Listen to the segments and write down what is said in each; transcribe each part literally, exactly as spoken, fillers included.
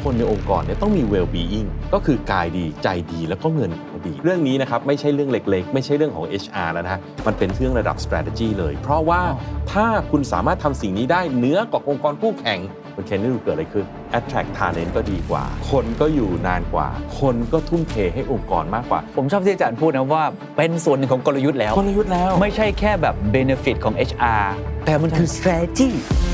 คนในองค์กรเนี่ยต้องมี well-being ก็คือกายดีใจดีแล้วก็เงินก็ดีเรื่องนี้นะครับไม่ใช่เรื่องเล็กๆไม่ใช่เรื่องของ เอช อาร์ แล้วนะมันเป็นเรื่องระดับ strategy เลยเพราะว่าถ้าคุณสามารถทำสิ่งนี้ได้เหนือกว่าองค์กรคู่แข่งมันเคนนี่ดูเกิดอะไรขึ้น attract talent ก็ดีกว่าคนก็อยู่นานกว่าคนก็ทุ่มเทให้องค์กรมากกว่าผมชอบที่อาจารย์พูดนะว่าเป็นส่วนหนึ่งของกลยุทธ์แล้วกลยุทธ์แล้วไม่ใช่แค่แบบ benefit ของ เอช อาร์ แต่มันคือ strategy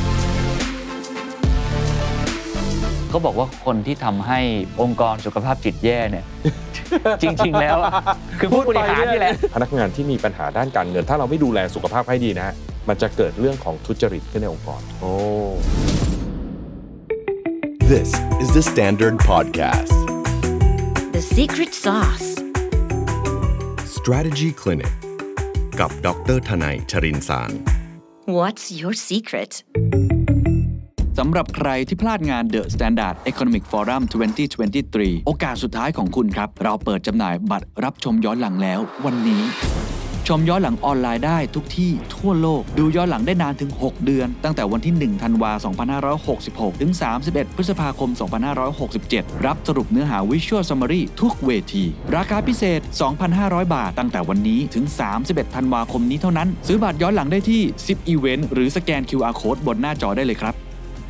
เขาบอกว่าคนที่ทำให้องค์กรสุขภาพจิตแย่เนี่ย จริงๆแล้วคือผู้บริหารนี่แหละพนักงานที่มีปัญหาด้านการเงินถ้าเราไม่ดูแลสุขภาพให้ดีนะมันจะเกิดเรื่องของทุจริตขึ้นในองค์กรโอ้ This is the Standard Podcast The Secret Sauce Strategy Clinic กับดร.ทนัย ชรินทร์สาร What's your secret สำหรับใครที่พลาดงาน The Standard Economic Forum ยี่สิบยี่สิบสามโอกาสสุดท้ายของคุณครับเราเปิดจำหน่ายบัตรรับชมย้อนหลังแล้ววันนี้ชมย้อนหลังออนไลน์ได้ทุกที่ทั่วโลกดูย้อนหลังได้นานถึงหกเดือนตั้งแต่วันที่หนึ่งธันวาคมสองพันห้าร้อยหกสิบหกถึงสามสิบเอ็ดพฤษภาคมสองพันห้าร้อยหกสิบเจ็ดรับสรุปเนื้อหา Visual Summary ทุกเวทีราคาพิเศษ สองพันห้าร้อย บาทตั้งแต่วันนี้ถึงสามสิบเอ็ดธันวาคมนี้เท่านั้นซื้อบัตรย้อนหลังได้ที่ ซิป Event หรือสแกน คิว อาร์ Code บนหน้าจอได้เลยครับ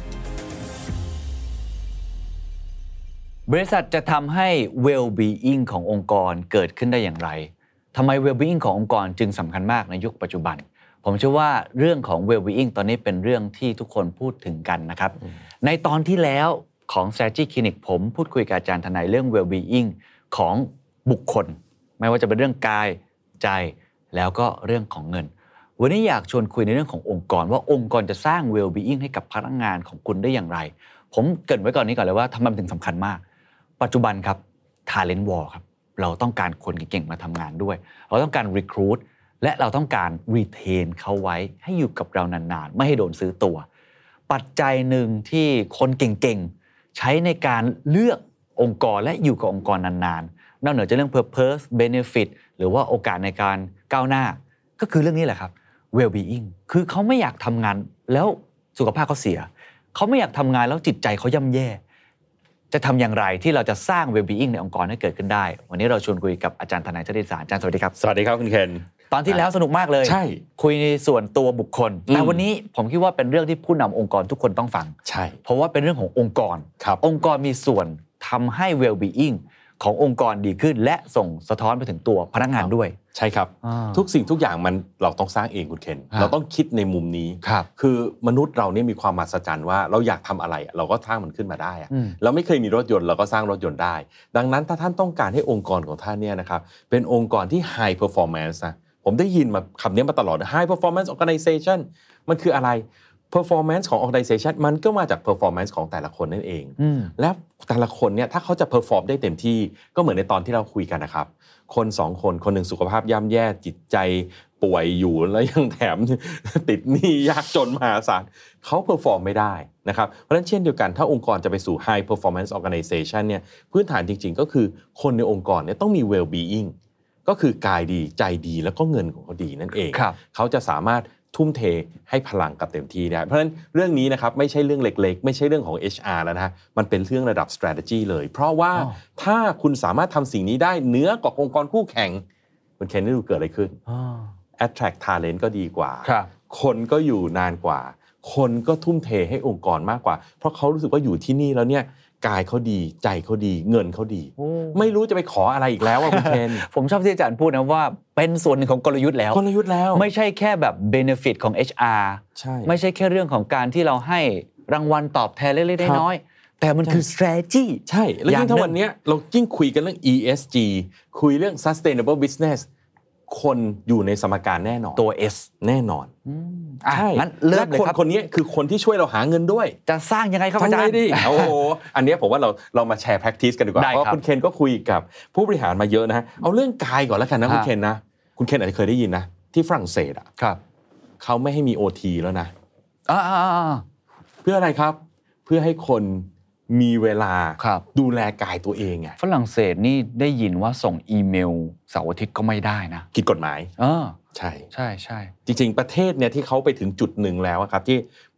บริษัทจะทำให้ well-being ขององค์กรเกิดขึ้นได้อย่างไรทำไม well-being ขององค์กรจึงสำคัญมากในยุคปัจจุบันผมเชื่อว่าเรื่องของ well-being ตอนนี้เป็นเรื่องที่ทุกคนพูดถึงกันนะครับในตอนที่แล้วของ Strategy Clinic ผมพูดคุยกับอาจารย์ทนายเรื่อง well-being ของบุคคลไม่ว่าจะเป็นเรื่องกายใจแล้วก็เรื่องของเงินวันนี้อยากชวนคุยในเรื่องขององค์กรว่าองค์กรจะสร้าง well-being ให้กับพนักงานของคุณได้อย่างไรผมเกริ่นไว้ก่อนนี้ก่อนเลยว่าทำไมมันถึงสำคัญมากปัจจุบันครับ talent war ครับเราต้องการคนเก่งๆมาทำงานด้วยเราต้องการ recruit และเราต้องการ retain เขาไว้ให้อยู่กับเรานานๆไม่ให้โดนซื้อตัวปัจจัยหนึ่งที่คนเก่งๆใช้ในการเลือกองค์กรและอยู่กับองค์กรนานๆนอกเหนือจากเรื่อง purpose benefit หรือว่าโอกาสในการก้าวหน้าก็คือเรื่องนี้แหละครับ well-being คือเขาไม่อยากทำงานแล้วสุขภาพเขาเสียเขาไม่อยากทำงานแล้วจิตใจเขาย่ำแย่จะทำอย่างไรที่เราจะสร้าง well-being ในองค์กรให้เกิดขึ้นได้วันนี้เราชวนคุยกับอาจารย์ทนาย ชรินทร์สารอาจารย์สวัสดีครับสวัสดีครับคุณเคนตอนที่แล้วสนุกมากเลยใช่คุยในส่วนตัวบุคคลแต่วันนี้ผมคิดว่าเป็นเรื่องที่ผู้นำองค์กรทุกคนต้องฟังใช่เพราะว่าเป็นเรื่องขององค์กรองค์กรมีส่วนทำให้ well-being ขององค์กรดีขึ้นและส่งสะท้อนไปถึงตัวพนักงานด้วยใช่ครับทุกสิ่งทุกอย่างมันเราต้องสร้างเองคุณเคนเราต้องคิดในมุมนี้คือมนุษย์เราเนี่ยมีความมหัศจรรย์ว่าเราอยากทำอะไรเราก็สร้างมันขึ้นมาได้เราไม่เคยมีรถยนต์เราก็สร้างรถยนต์ได้ดังนั้นถ้าท่านต้องการให้องค์กรของท่านเนี่ยนะครับเป็นองค์กรที่ high performance นะผมได้ยินมาคำนี้มาตลอด high performance organization มันคืออะไรperformance ของ organization มันก็มาจาก performance ของแต่ละคนนั่นเองและแต่ละคนเนี่ยถ้าเขาจะ perform ได้เต็มที่ก็เหมือนในตอนที่เราคุยกันนะครับคนสองคนคนหนึ่งสุขภาพย่ำแย่จิตใจป่วยอยู่แล้วยังแถมติดหนี้ยากจนมหาศาลเขา perform ไม่ได้นะครับเพราะฉะนั้นเช่นเดียวกันถ้าองค์กรจะไปสู่ high performance organization เนี่ยพื้นฐานจริงๆก็คือคนในองค์กรเนี่ยต้องมี well-being ก็คือกายดีใจดีแล้วก็เงินของเขาดีนั่นเองเขาจะสามารถทุ่มเทให้พลังกับเต็มที่ได้เพราะฉะนั้นเรื่องนี้นะครับไม่ใช่เรื่องเล็กๆไม่ใช่เรื่องของ เอช อาร์ แล้วนะมันเป็นเรื่องระดับ strategy เลยเพราะว่าถ้าคุณสามารถทำสิ่งนี้ได้เหนือกว่าองค์กรคู่แข่งคุณเคนนี่ดูเกิดอะไรขึ้น attract talent ก็ดีกว่าคนก็อยู่นานกว่าคนก็ทุ่มเทให้องค์กรมากกว่าเพราะเขารู้สึกว่าอยู่ที่นี่แล้วเนี่ยกายเขาดีใจเขาดีเงินเขาดีไม่รู้จะไปขออะไรอีกแล้วอ่ะคุณเคนผมชอบที่อาจารย์พูดนะว่าเป็นส่วนหนึ่งของกลยุทธ์แล้วกลยุทธ์แล้วไม่ใช่แค่แบบ benefit ของ เอช อาร์ใช่ไม่ใช่แค่เรื่องของการที่เราให้รางวัลตอบแทนเล็กๆน้อยๆแต่มันคือ strategy ใช่แล้วยิ่งถ้าวันนี้เรายิ่งคุยกันเรื่อง อี เอส จี คุยเรื่อง sustainable business คนอยู่ในสมการแน่นอนตัว S แน่นอนใช่งั้นเริ่มเลยครับคนคนนี้คือคนที่ช่วยเราหาเงินด้วยจะสร้างยังไงครับอาจารย์โอ้โหอันนี้ผมว่าเราเรามาแชร์ practice กันดีกว่าเพราะคุณเคนก็คุยกับผู้บริหารมาเยอะนะฮะเอาเรื่องกายก่อนแล้วกันนะคุณเคนนะคุณเคนอาจจะเคยได้ยินนะที่ฝรั่งเศสอ่ะเขาไม่ให้มี โอ ที แล้วนะเพื่ออะไรครับเพื่อให้คนมีเวลาดูแลกายตัวเองอ่ะฝรั่งเศสนี่ได้ยินว่าส่งอีเมลเสาร์อาทิตย์ก็ไม่ได้นะผิดกฎหมายเออใช่ใช่ใช่จริงๆประเทศเนี่ยที่เขาไปถึงจุดหนึ่งแล้วครับที่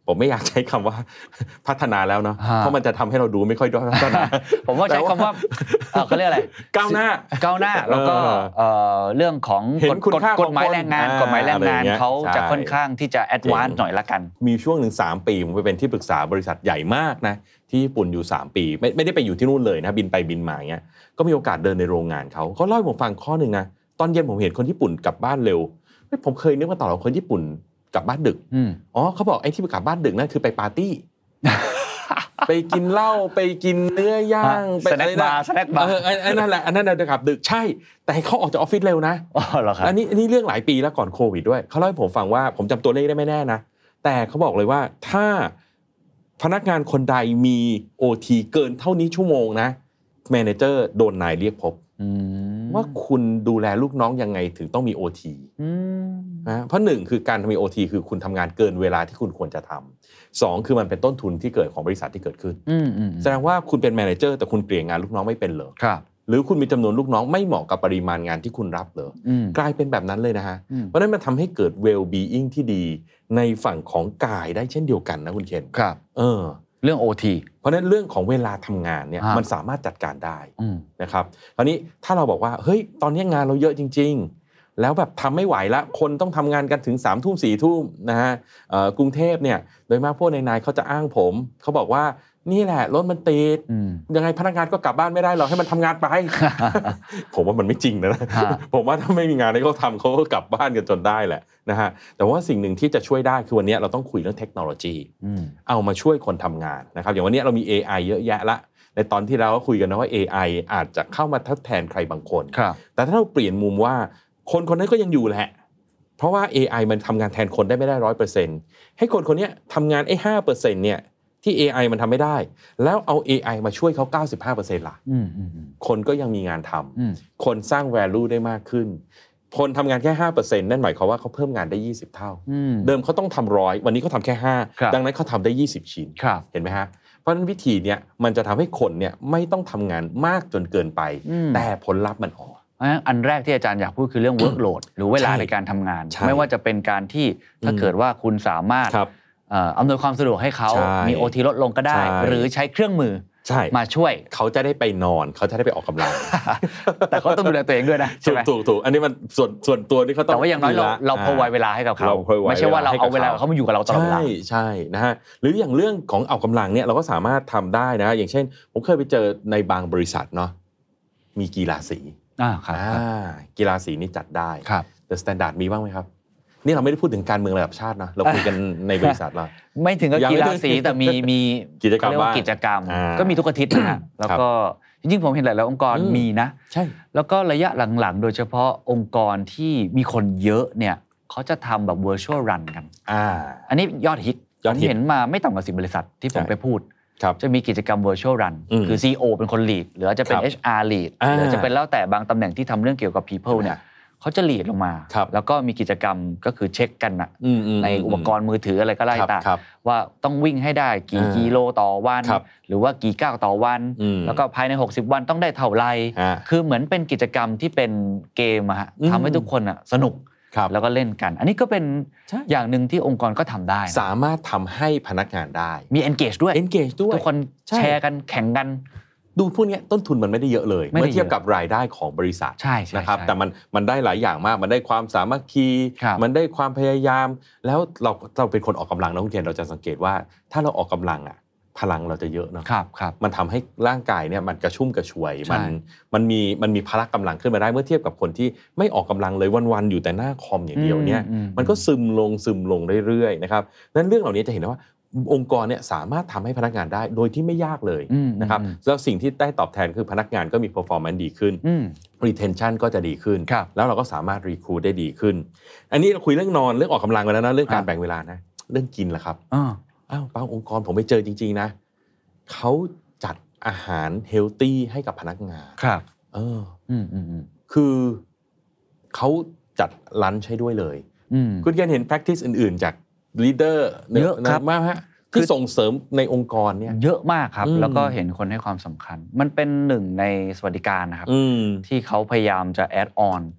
ผมไม่อยากใช้คำว่าพัฒนาแล้วเนาะเพราะมันจะทำให้เราดูไม่ค่อยด้อยพัฒนาผมว่าใช้คำว่าเขาเรียกอะไรก้าวหน้าก้าวหน้าแล้วก็เรื่องของกฎหมายแรงงานกฎหมายแรงงานเขาจะค่อนข้างที่จะแอดวานซ์หน่อยละกันมีช่วงหนึ่งสามปีผมไปเป็นที่ปรึกษาบริษัทใหญ่มากนะที่ญี่ปุ่นอยู่สามปีไม่ไม่ได้ไปอยู่ที่นู่นเลยนะบินไปบินมาเงี้ยก็มีโอกาสเดินในโรงงานเขาเขาเล่าให้ผมฟังข้อนึงนะตอนเย็นผมเห็นคนญี่ปุ่นกลับบ้านเร็วผมเคยนึกว่าตอนเราคนญี่ปุ่นกลับบ้านดึกอ๋อเขาบอกไอ้ที่กลับบ้านดึกนั่นคือไปปาร์ตี้ ไปกินเหล้าไปกินเนื้อย่างไปอะไรนะสแน็คบาร์เออไอ้นั่นแหละอันนั้นนะครับดึกใช่แต่เขาออกจากออฟฟิศเร็วนะอ๋อเหรอครับอันนี้อันนี้เรื่องหลายปีแล้วก่อนโควิดด้วยเขาเล่าให้ผมฟังว่าผมจำตัวเลขได้ไม่แน่นะแต่เขาบอกเลยว่าถ้าพนักงานคนใดมี โอ ที เกินเท่านี้ชั่วโมงนะแมเนเจอร์โดนนายเรียกพบว่าคุณดูแลลูกน้องยังไงถึงต้องมี โอ ทีนะเพราะหนึ่งคือการมี โอ ที คือคุณทำงานเกินเวลาที่คุณควรจะทำสองคือมันเป็นต้นทุนที่เกิดของบริษัทที่เกิดขึ้นแสดงว่าคุณเป็นแมเนเจอร์แต่คุณเปลี่ยนงานลูกน้องไม่เป็นเหรอหรือคุณมีจำนวนลูกน้องไม่เหมาะกับปริมาณงานที่คุณรับเหรอกลายเป็นแบบนั้นเลยนะฮะเพราะฉะนั้นมันทำให้เกิด well being ที่ดีในฝั่งของกายได้เช่นเดียวกันนะคุณเคนครับเออเรื่อง โอ ทีเพราะฉะนั้นเรื่องของเวลาทำงานเนี่ยมันสามารถจัดการได้นะครับคราวนี้ถ้าเราบอกว่าเฮ้ยตอนนี้งานเราเยอะจริงๆแล้วแบบทำไม่ไหวละคนต้องทำงานกันถึงสามทุ่มสี่ทุ่มนะฮะกรุงเทพเนี่ยโดยมากพวกนายๆเขาจะอ้างผมเขาบอกว่านี่แหละรถมันติดยังไงพนักงานก็กลับบ้านไม่ได้หรอกให้มันทำงานไป ผมว่ามันไม่จริงนะผมว่าถ้าไม่มีงานให้เขาทำเขาก็กลับบ้านกันจนได้แหละนะฮะแต่ว่าสิ่งหนึ่งที่จะช่วยได้คือวันนี้เราต้องคุยเรื่องเทคโนโลยีเอามาช่วยคนทำงานนะครับอย่างวันนี้เรามี เอ ไอ เยอะแยะละในตอนที่เราก็คุยกันนะว่า เอ ไอ อาจจะเข้ามาทดแทนใครบางคนแต่ถ้าเราเปลี่ยนมุมว่าคนคนนั้นก็ยังอยู่แหละเพราะว่า เอ ไอ มันทำงานแทนคนได้ไม่ได้ ร้อยเปอร์เซ็นต์ ให้คนคนนี้ทำงานไอ้ ห้าเปอร์เซ็นต์ เนี่ยที่ เอ ไอ มันทำไม่ได้แล้วเอา เอ ไอ มาช่วยเขา เก้าสิบห้าเปอร์เซ็นต์ ล่ะคนก็ยังมีงานทำคนสร้าง value ได้มากขึ้นคนทำงานแค่ ห้าเปอร์เซ็นต์ นั่นหมายความว่าเขาเพิ่มงานได้ยี่สิบเท่าเดิมเขาต้องทำหนึ่งร้อยวันนี้เขาทำแค่ห้าดังนั้นเขาทำได้ยี่สิบชิ้นเห็นไหมฮะเพราะฉะนั้นวิธีเนี้ยมันจะทำให้คนเนี่ยไม่ต้องทำงานมากจนเกินไปแต่ผลลัพธ์มันออกอันแรกที่อาจารย์อยากพูดคือเรื่อง workload หรือเวลาในการทำงานไม่ว่าจะเป็นการที่ถ้าเกิดว่าคุณสามารถอำนวยความสะดวกให้เขามี โอ ที ลดลงก็ได้หรือใช้เครื่องมือมาช่วยเขาจะได้ไปนอนเขาจะได้ไปออกกำลังแต่เขาต้องดูแลตัวเองด้วยนะใช่ไหมถูกถูกอันนี้มันส่วนส่วนตัวที่เขาต้องแต่ว่าอย่างน้อยเราเราพอไวเวลาให้กับเขาไม่ใช่ว่าเราเอาเวลาเขามาอยู่กับเราตลอดเวลาใช่ใช่นะฮะหรืออย่างเรื่องของออกกำลังเนี่ยเราก็สามารถทำได้นะอย่างเช่นผมเคยไปเจอในบางบริษัทเนาะมีกีฬาสีอ่าครับกีฬาสีนี่จัดได้ครับแต่สแตนดาร์ดมีบ้างไหมครับนี่เราไม่ได้พูดถึงการเมืองระดับชาตินะเราคุยกันในบริษัทเราไม่ถึงกับกีฬาสีแต่มีมีกิจกรรมกิจกรรมก็มีทุกอาทิตย์นะแล้วก็จริงๆผมเห็นหลายๆองค์กรมีนะใช่แล้วก็ระยะหลังๆโดยเฉพาะองค์กรที่มีคนเยอะเนี่ยเขาจะทำแบบ virtual run กันอ่าอันนี้ยอดฮิตผมเห็นมาไม่ต่ำกว่าสิบบริษัทที่ผมไปพูดจะมีกิจกรรม virtual run คือ ซี อี โอ เป็นคน lead หรือจะเป็น เอช อาร์ lead หรือจะเป็นแล้วแต่บางตำแหน่งที่ทำเรื่องเกี่ยวกับ people เนี่ยเขาจะลีดลงมาแล้วก็มีกิจกรรมก็คือเช็คกันนะในอุปกรณ์มือถืออะไรก็ไล่ตามว่าต้องวิ่งให้ได้กี่กิโลต่อวันหรือว่ากี่ก้าวต่อวันแล้วก็ภายในหกสิบวันต้องได้เท่าไหร่คือเหมือนเป็นกิจกรรมที่เป็นเกมอะทำให้ทุกคนอะสนุกแล้วก็เล่นกันอันนี้ก็เป็นอย่างหนึ่งที่องค์กรก็ทำได้สามารถทำให้พนักงานได้มี engage ด้วย engage ด้วยทุกคนแชร์กันแข่งกันดูพวกนี้ต้นทุนมันไม่ได้เยอะเลยเมื่อเทียบกับรายได้ของบริษัทนะครับแต่มันมันได้หลายอย่างมากมันได้ความสามัคคีมันได้ความพยายามแล้วเราเราเป็นคนออกกำลังนะคุณเจนเราจะสังเกตว่าถ้าเราออกกำลังอ่ะพลังเราจะเยอะเนาะมันทำให้ร่างกายเนี่ยมันกระชุ่มกระชวยมันมันมีมันมีพละกำลังขึ้นมาได้เมื่อเทียบกับคนที่ไม่ออกกำลังเลยวันๆอยู่แต่หน้าคอมอย่างเดียวเนี่ยมันก็ซึมลงซึมลงเรื่อยๆนะครับนั้นเรื่องเหล่านี้จะเห็นว่าองค์กรเนี่ยสามารถทำให้พนักงานได้โดยที่ไม่ยากเลยนะครับแล้วสิ่งที่ได้ตอบแทนคือพนักงานก็มี performance ดีขึ้น retention ก็จะดีขึ้นแล้วเราก็สามารถ recruit ได้ดีขึ้นอันนี้เราคุยเรื่องนอนเรื่องออกกำลังไปแล้วนะเรื่องการแบ่งเวลานะเรื่องกินล่ะครับอ้าวบางองค์กรผมไปเจอจริงๆนะเขาจัดอาหาร healthy ให้กับพนักงานครับเออคือเขาจัดลันช์ให้ด้วยเลยคุณเคยเห็น practice อื่นๆจากleader เยอะครับมากฮะที่ส่งเสริมในองค์กรเนี่ยเยอะมากครับแล้วก็เห็นคนให้ความสำคัญมันเป็นหนึ่งในสวัสดิการนะครับที่เขาพยายามจะ add on เ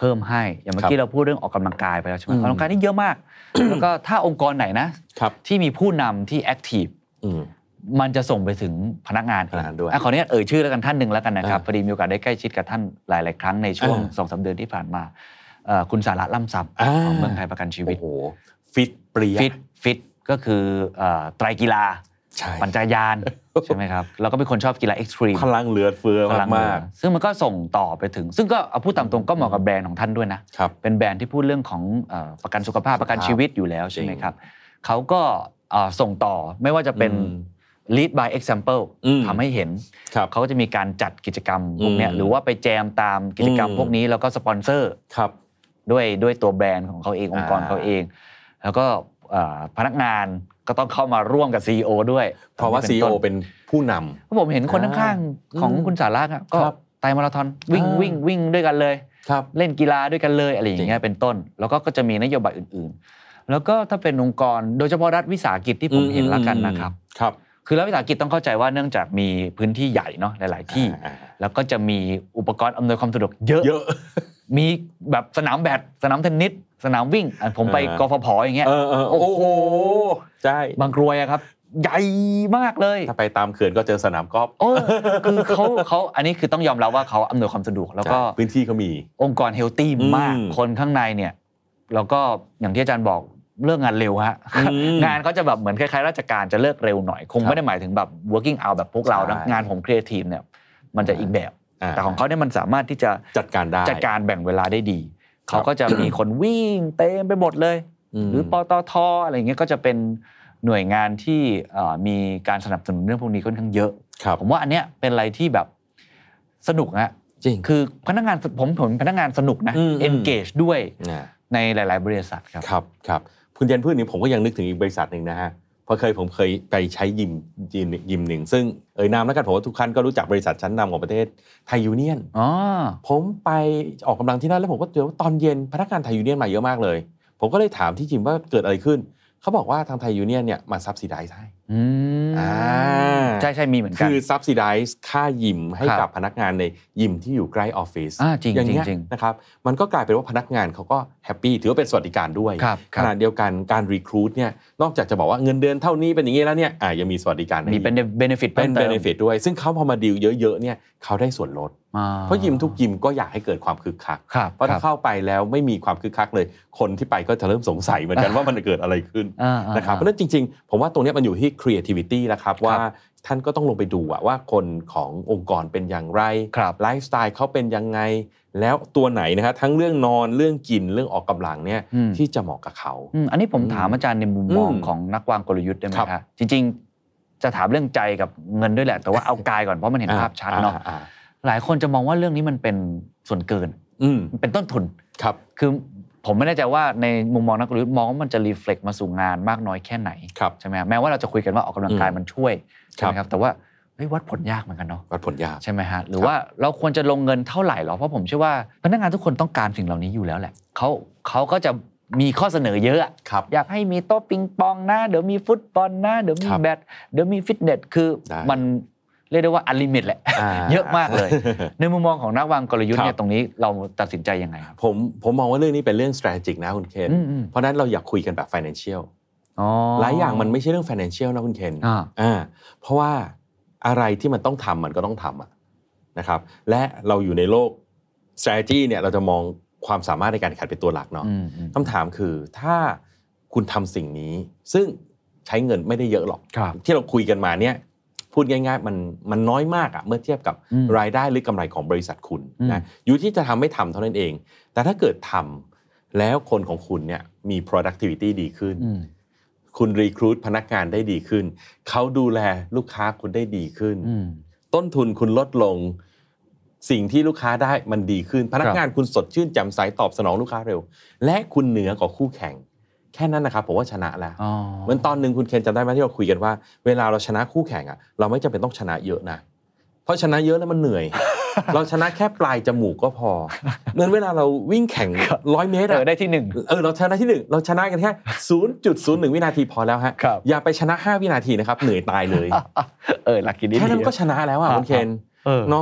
พิ่มให้อย่างเมื่อกี้เราพูดเรื่องออกกำลังกายไปแล้วใช่ไหมออกกำลังกายนี่เยอะมาก แล้วก็ถ้าองค์กรไหนนะที่มีผู้นำที่แอคทีฟมันจะส่งไปถึงพนักงานเองด้วยขออนุญาตเอ่ยชื่อแล้วกันท่านหนึ่งแล้วกันนะครับพอดีมีโอกาสได้ใกล้ชิดกับท่านหลายๆครั้งในช่วง สองถึงสาม เดือนที่ผ่านมาคุณสาระล่ำซับของเมืองไทยประกันชีวิตโอ้โหฟิตเปรี้ยฟิตฟิตก็คือไตรกีฬาปั่นจักรยานใช่ไหมครับแล้วก็เป็นคนชอบกีฬาเอ็กซ์ตรีมพลังเหลือเฟือมากซึ่งมันก็ส่งต่อไปถึงซึ่งก็เอาพูดตามตรงก็เหมาะกับแบรนด์ของท่านด้วยนะเป็นแบรนด์ที่พูดเรื่องของประกันสุขภาพประกันชีวิตอยู่แล้วใช่ไหมครับเขาก็ส่งต่อไม่ว่าจะเป็น lead by example ทำให้เห็นเขาก็จะมีการจัดกิจกรรมพวกนี้หรือว่าไปแจมตามกิจกรรมพวกนี้แล้วก็สปอนเซอร์ด้วยด้วยตัวแบรนด์ของเขาเององค์กรเขาเองแล้วก็พนักงานก็ต้องเข้ามาร่วมกับ ซี อี โอ ด้วยเพราะว่า ซี อี โอ เป็นผู้นำผมเห็นคนข้างๆของคุณสาระก็ไตรมาราธอนวิ่งวิ่งวิ่งด้วยกันเลยเล่นกีฬาด้วยกันเลยอะไรอย่างเงี้ยเป็นต้นแล้วก็ก็จะมีนโยบายอื่นๆแล้วก็ถ้าเป็นองค์กรโดยเฉพาะรัฐวิสาหกิจที่ผมเห็นละกันนะครับคือรัฐวิสาหกิจต้องเข้าใจว่าเนื่องจากมีพื้นที่ใหญ่เนาะหลายๆที่แล้วก็จะมีอุปกรณ์อำนวยความสะดวกเยอะมีแบบสนามแบดสนามเทนนิสสนามวิ่งผมไปกฟผอย่างเงี้ยโอ้โหใช่บางกรวยครับใหญ่มากเลยถ้าไปตามเขื่อนก็เจอสนามกอล์ฟคือเขาเขาอันนี้คือต้องยอมรับว่าเขาอำนวยความสะดวกแล้วก็พื้นที่เขามีองค์กรเฮลตี้มากคนข้างในเนี่ยแล้วก็อย่างที่อาจารย์บอกเลิกงานเร็วฮะงานเขาจะแบบเหมือนคล้ายๆราชการจะเลิกเร็วหน่อยคงไม่ได้หมายถึงแบบ working out แบบพวกเรานะงานผมครีเอทีฟเนี่ยมันจะอีกแบบแต่ของเขาเนี่ยมันสามารถที่จะจัดการได้จัดการแบ่งเวลาได้ดีเขาก็จะมีคนวิ่งเต็มไปหมดเลยหรือปตท.อะไรอย่างเงี้ยก็จะเป็นหน่วยงานที่มีการสนับสนุนเรื่องพวกนี้ค่อนข้างเยอะผมว่าอันเนี้ยเป็นอะไรที่แบบสนุกนะจริงคือพนักงานผมผมพนักงานสนุกนะ engage ด้วยในหลายๆบริษัทครับครับครับคุณเจนพูดนี้ผมก็ยังนึกถึงอีกบริษัทนึงนะฮะเพราะเคยผมเคยไปใช้ยิมยิมยิมนึงซึ่งเอ่ยนามแล้วกันผมว่าทุกท่านก็รู้จักบริษัทชั้นนำของประเทศไทยยูเนียนอ๋อผมไปออกกำลังที่นั่นแล้วผมก็เจอว่าตอนเย็นพนักงานไทยยูเนียนมาเยอะมากเลยผมก็เลยถามที่ยิมว่าเกิดอะไรขึ้นเขาบอกว่าทางไทยยูเนียนเนี่ยมาซับซิไดซ์ให้อืมอ่าใช่ๆมีเหมือนกันคือซับซิไดซ์ค่ายิมให้กับพนักงานในยิมที่อยู่ใกล้ออฟฟิศอย่างเงี้ยนะครับมันก็กลายเป็นว่าพนักงานเขาก็แฮปปี้ถือว่าเป็นสวัสดิการด้วยขณะเดียวกันการรีครูทเนี่ยนอกจากจะบอกว่าเงินเดือนเท่านี้เป็นอย่างงี้แล้วเนี่ยอ่ายังมีสวัสดิการมีเป็นเบเนฟิตเป็นเบเนฟิตด้วยซึ่งเขาพอมาดีลเยอะๆเนี่ยเขาได้ส่วนลดเพราะยิมทุกยิมก็อยากให้เกิดความคึกคักเพราะถ้าเข้าไปแล้วไม่มีความคึกคักเลยคนที่ไปก็จะเริ่มสงสัยเหมือนกันว่ามันเกิดอะไรขึ้นนะครับเพราะฉะนั้นจริงๆผมว่าตรงนี้มันอยู่ที่ creativity แล้วครับว่าท่านก็ต้องลงไปดูว่าคนขององค์กรเป็นอย่างไรไลฟ์สไตล์เขาเป็นยังไงแล้วตัวไหนนะครับทั้งเรื่องนอนเรื่องกินเรื่องออกกำลังเนี่ยที่จะเหมาะกับเขาอันนี้ผมถามอาจารย์ในมุมมองของนักวางกลยุทธ์ได้ไหมครับจริงๆจะถามเรื่องใจกับเงินด้วยแหละแต่ว่าเอากายก่อนเพราะมันเห็นภาพชัดเนาะหลายคนจะมองว่าเรื่องนี้มันเป็นส่วนเกินมันเป็นต้นทุนครับคือผมไม่แน่ใจว่าในมุมมองนักกลยุทธ์มองว่ามันจะรีเฟล็กมาสู่งานมากน้อยแค่ไหนใช่ไหมแม้ว่าเราจะคุยกันว่าออกกำลังกายมันช่วยใช่ไหมครับแต่ว่าวัดผลยากเหมือนกันเนาะวัดผลยากใช่ไหมฮะหรือว่าเราควรจะลงเงินเท่าไหร่หรอเพราะผมเชื่อว่าพนักงานทุกคนต้องการสิ่งเหล่านี้อยู่แล้วแหละเขาเขาก็จะมีข้อเสนอเยอะอยากให้มีโต๊ะปิงปองนะเดี๋ยวมีฟุตบอลนะเดี๋ยวมีแบดเดี๋ยวมีฟิตเนสคือมันเรียกได้ว่าอันลิมิตแหละเยอะมากเลยในมุมมองของนักวางกลยุทธ์เนี่ยตรงนี้เราตัดสินใจยังไงครับผมผมมองว่าเรื่องนี้เป็นเรื่อง strategic นะคุณเคนเพราะนั้นเราอยากคุยกันแบบ financial หลายอย่างมันไม่ใช่เรื่อง financial นะคุณเคนอ่าเพราะว่าอะไรที่มันต้องทำมันก็ต้องทำอะนะครับและเราอยู่ในโลก strategy เนี่ยเราจะมองความสามารถในการแข่งขันเป็นตัวหลักเนาะคำถามคือถ้าคุณทำสิ่งนี้ซึ่งใช้เงินไม่ได้เยอะหรอกที่เราคุยกันมาเนี่ยพูดง่ายๆมันมันน้อยมากอะเมื่อเทียบกับรายได้หรือกำไรของบริษัทคุณนะอยู่ที่จะทำไม่ทำเท่านั้นเองแต่ถ้าเกิดทำแล้วคนของคุณเนี่ยมี productivity ดีขึ้นคุณรีครูทพนักงานได้ดีขึ้นเขาดูแลลูกค้าคุณได้ดีขึ้นต้นทุนคุณลดลงสิ่งที่ลูกค้าได้มันดีขึ้นพนักงานคุณสดชื่นแจ่มใสตอบสนองลูกค้าเร็วและคุณเหนือกว่าคู่แข่งแค่นั้นนะครับผมว่าชนะแล้วเหมือนตอนนึงคุณเคนจำได้ไหมที่เราคุยกันว่าเวลาเราชนะคู่แข่งอ่ะเราไม่จำเป็นต้องชนะเยอะนะเพราะชนะเยอะแล้วมันเหนื่อย เราชนะแค่ปลายจมูกก็พอเหมือนเวลาเราวิ่งแข่งร้อยเมตรอ่ะได้ที่หนึ่งเออเราชนะที่หนึ่งเราชนะกันแค่ ศูนย์จุดศูนย์หนึ่ง วินาทีพอแล้วฮะอย่าไปชนะห้าวินาทีนะครับเหนื่อยตายเลยเออหลักคิดดีแค่นั้นก็ชนะแล้วอ่ะคุณเคนเนาะ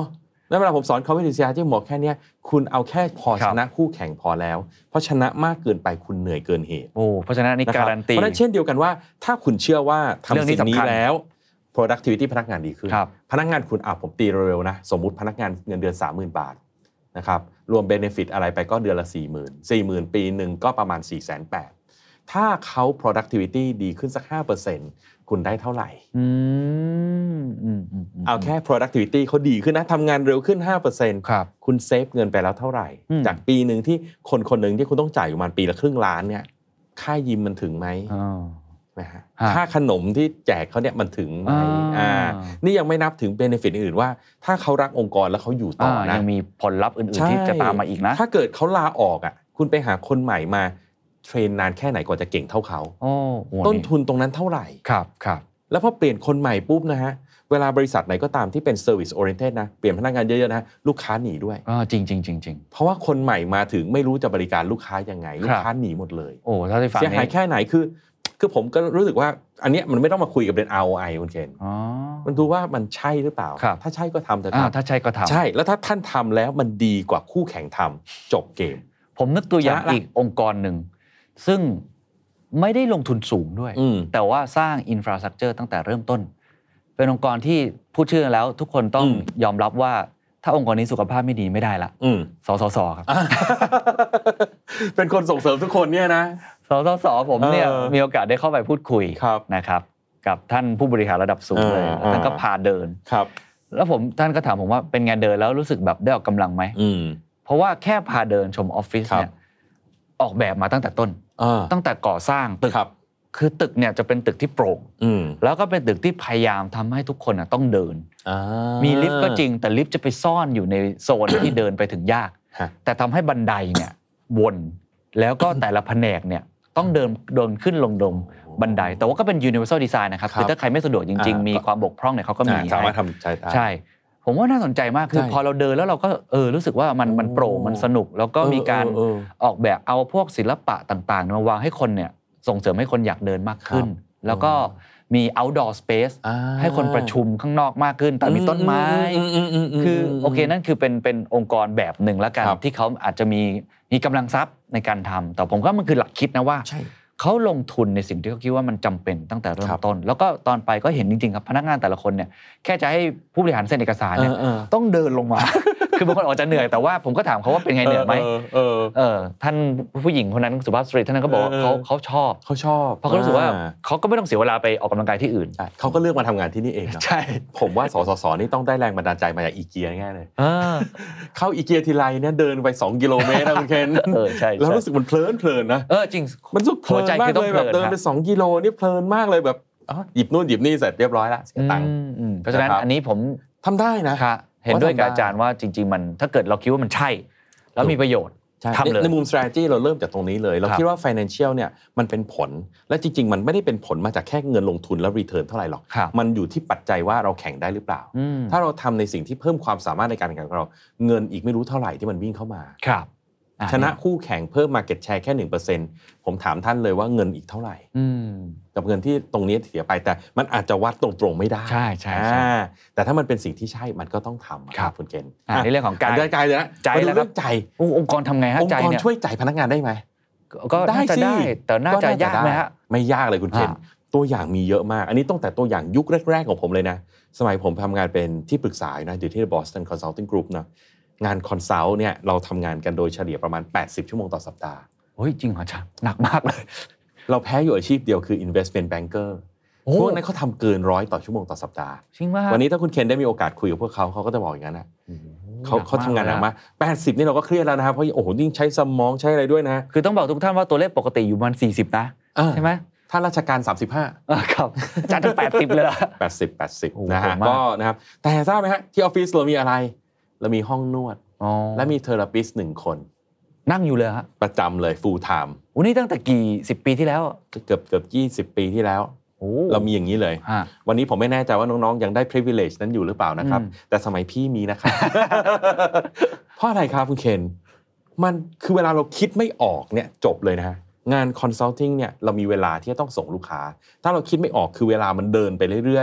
แล้วเวลาผมสอน competitive หมอแค่นี้คุณเอาแค่พอชนะคู่แข่งพอแล้วเพราะชนะมากเกินไปคุณเหนื่อยเกินเหตุโอ้เพราะฉะนั้นนี่การันตีเพราะฉะนั้นเช่นเดียวกันว่าถ้าคุณเชื่อว่าทำสิ่งนี้แล้ว productivity พนักงานดีขึ้นพนักงานคุณอ่ะผมตีเร็วๆนะสมมุติพนักงานเงินเดือน สามหมื่น บาทนะครับรวม benefit อะไรไปก็เดือนละ สี่หมื่น สี่หมื่น ปีนึงก็ประมาณ สี่แสนแปดหมื่น ถ้าเขา productivity ดีขึ้นสัก ห้าเปอร์เซ็นต์ คุณได้เท่าไหร่อืมเอาแค่ productivity เขาดีขึ้นนะทำงานเร็วขึ้น ห้าเปอร์เซ็นต์ครับคุณเซฟเงินไปแล้วเท่าไหร่จากปีนึงที่คนคนนึงที่คุณต้องจ่ายอยู่ประมาณปีละครึ่งล้านเนี่ยค่ายิมมันถึงไหมนะฮะค่าขนมที่แจกเขาเนี่ยมันถึงไหมอ่านี่ยังไม่นับถึง benefit อื่นๆว่าถ้าเขารักองค์กรแล้วเขาอยู่ต่อนะยังมีผลลัพธ์อื่นๆที่จะตามมาอีกนะถ้าเกิดเขาลาออกอ่ะคุณไปหาคนใหม่มาเทรนนานแค่ไหนกว่าจะเก่งเท่าเขาต้นทุนตรงนั้นเท่าไหร่ครับครับแล้วพอเปลี่ยนคนใหม่ปุ๊บนะฮะเวลาบริษัทไหนก็ตามที่เป็น service oriented นะเปลี่ยนพนักงานเยอะๆนะลูกค้าหนีด้วยอ๋อจริงจริงจริงจริงเพราะว่าคนใหม่มาถึงไม่รู้จะบริการลูกค้ายังไงลูกค้าหนีหมดเลยโอ้ถ้าได้ฟังเสียหายแค่ไหนคือคือผมก็รู้สึกว่าอันเนี้ยมันไม่ต้องมาคุยกับเรื่อง อาร์ โอ ไอ คุณเคนมันดูว่ามันใช่หรือเปล่าถ้าใช่ก็ทำแต่ถ้าใช่ก็ทำใช่แล้วถ้าท่านทำแล้วมันดีกว่าคู่แข่งทำจบเกมผมนึกตัวอย่างอีกองค์กรหนึ่งซึ่งไม่ได้ลงทุนสูงด้วยแต่ว่าสร้างอินฟราสตรัคเจอร์ตั้งแต่เริ่มต้นเป็นองค์กรที่พูดชื่อแล้วทุกคนต้องยอมรับว่าถ้าองค์กรนี้สุขภาพไม่ดีไม่ได้ละสสสครับเป็นคนส่งเสริมทุกคนเนี่ยนะสสสผมเนี่ยมีโอกาสได้เข้าไปพูดคุยนะครับกับท่านผู้บริหารระดับสูงเลยท่านก็พาเดินแล้วผมท่านก็ถามผมว่าเป็นไงเดินแล้วรู้สึกแบบได้ออกกำลังไหมเพราะว่าแค่พาเดินชมออฟฟิศเนี่ยออกแบบมาตั้งแต่ต้นตั้งแต่ก่อสร้างตึกคือตึกเนี่ยจะเป็นตึกที่โปร่งแล้วก็เป็นตึกที่พยายามทำให้ทุกคนต้องเดินมีลิฟต์ก็จริงแต่ลิฟต์จะไปซ่อนอยู่ในโซนที่เดินไปถึงยากแต่ทำให้บันไดเนี่ยวนแล้วก็แต่ละแผนกเนี่ยต้องเดินเดินขึ้นลงดงบันไดแต่ว่าก็เป็น universal design นะครับคือถ้าใครไม่สะดวกจริงๆมีความบกพร่องเนี่ยเขาก็มีสามารถทำใช่ใช่ผมว่าน่าสนใจมากคือพอเราเดินแล้วเราก็เออรู้สึกว่ามันมันโปร่งมันสนุกแล้วก็มีการออกแบบเอาพวกศิลปะต่างๆมาวางให้คนเนี่ยส่งเสริมให้คนอยากเดินมากขึ้นแล้วก็มี outdoor space ให้คนประชุมข้างนอกมากขึ้นแต่มีต้นไม้คือโอเคนั่นคือเป็นเป็นองค์กรแบบหนึ่งแล้วกันที่เขาอาจจะมีมีกำลังทรัพย์ในการทำแต่ผมว่ามันคือหลักคิดนะว่าเขาลงทุนในสิ่งที่เขาคิดว่ามันจำเป็นตั้งแต่เริ่มต้นแล้วก็ตอนไปก็เห็นจริงๆครับพนักงานแต่ละคนเนี่ยแค่จะให้ผู้บริหารเซ็นเอกสารเนี่ยต้องเดินลงมาคือบางคนอาจจะเหนื่อยแต่ว่าผมก็ถามเขาว่าเป็นไงเหนื่อยไหมเออเออท่านผู้หญิงคนนั้นสุภาพสตรีท่านนั้นก็บอกว่าเขาเขาชอบเขาชอบเพราะเขารู้สึกว่าเขาก็ไม่ต้องเสียเวลาไปออกกำลังกายที่อื่นเขาก็เลือกมาทำงานที่นี่เองใช่ผมว่าสสสนี่ต้องได้แรงบันดาลใจมาจากอีเกียแน่เลยเข้าอีเกียทีไรเนี่ยเดินไปสองกิโลเมตรนะคุณเคนเออใช่แล้วรู้สึกมันเพลินเพลินนะเออจริงมันสุดเพลินมากเลยแบบเดินไปสองกิโลนี่เพลินมากเลยแบบหยิบนู่นหยิบนี่เสร็จเรียบร้อยละเสียตังค์เพราะฉะนั้นอันนี้ผมทำได้นะเห็นด้วยกับอาจารย์ว่าจริงๆมันถ้าเกิดเราคิดว่ามันใช่แล้วมีประโยชน์ทำเลยในมุม strategy เราเริ่มจากตรงนี้เลยเราคิดว่า financial เนี่ยมันเป็นผลและจริงๆมันไม่ได้เป็นผลมาจากแค่เงินลงทุนแล้ว return เท่าไหร่หรอกมันอยู่ที่ปัจจัยว่าเราแข่งได้หรือเปล่าถ้าเราทำในสิ่งที่เพิ่มความสามารถในการแข่งขันของเราเงินอีกไม่รู้เท่าไหร่ที่มันวิ่งเข้ามาชนะคู่แข่งเพิ่ม market share แค่ หนึ่งเปอร์เซ็นต์ ผมถามท่านเลยว่าเงินอีกเท่าไหร่กับเงินที่ตรงนี้เสียไปแต่มันอาจจะวัดตรงๆไม่ได้ใช่ใช่แต่ถ้ามันเป็นสิ่งที่ใช่มันก็ต้องทำครับคุณเกณฑ์ในเรื่องของการใจเลยนะใจแล้วครับใจองค์กรทำไงฮะใจเนี่ยองค์กรช่วยใจพนักงานได้ไหมก็น่าจะได้แต่น่าจะยากไหมฮะไม่ยากเลยคุณเกณฑ์ตัวอย่างมีเยอะมากอันนี้ตั้งแต่ตัวอย่างยุคแรกๆของผมเลยนะสมัยผมทำงานเป็นที่ปรึกษานะอยู่ที่ Boston Consulting Group นะงานคอนซัลท์เนี่ยเราทำงานกันโดยเฉลี่ยประมาณแปดสิบชั่วโมงต่อสัปดาห์โอ้ยจริงเหรอจ๊ะหนักมากเลยเราแพ้อยู่อาชีพเดียวคือ investment banker พวกนั้นเขาทำเกินร้อยต่อชั่วโมงต่อสัปดาห์จริงมากวันนี้ถ้าคุณเคนได้มีโอกาสคุยกับพวกเขาเขาก็จะบอกอย่างนั้นนะเขาเขาทำงานหนักมากแปดสิบนี่เราก็เครียดแล้วนะครับเพราะโอ้โหยิ่งใช้สมองใช้อะไรด้วยนะคือต้องบอกทุกท่านว่าตัวเลขปกติอยู่ประมาณสี่สิบนะใช่ไหมถ้าราชการสามสิบห้าครับจัดถึงแปดสิบเลยล่ะแปดสิบ แปดสิบนะฮะก็นะครับแต่ทราบไหมฮะที่ออฟฟิศเรามีอะไรเรามีห้องนวดและมีเทอราปิสต์หนึ่งคนนั่งอยู่เลยฮะประจำเลย full time วันนี้ตั้งแต่กี่สิบปีที่แล้วเกือบเกือบยี่สิบปีที่แล้วเรามีอย่างนี้เลยวันนี้ผมไม่แน่ใจว่าน้องๆยังได้ privilege นั้นอยู่หรือเปล่านะครับแต่สมัยพี่มีนะครับ เพราะอะไรครับคุณเคนมันคือเวลาเราคิดไม่ออกเนี่ยจบเลยนะฮะงาน consulting เนี่ยเรามีเวลาที่จะต้องส่งลูกค้าถ้าเราคิดไม่ออกคือเวลามันเดินไปเรื่อยๆ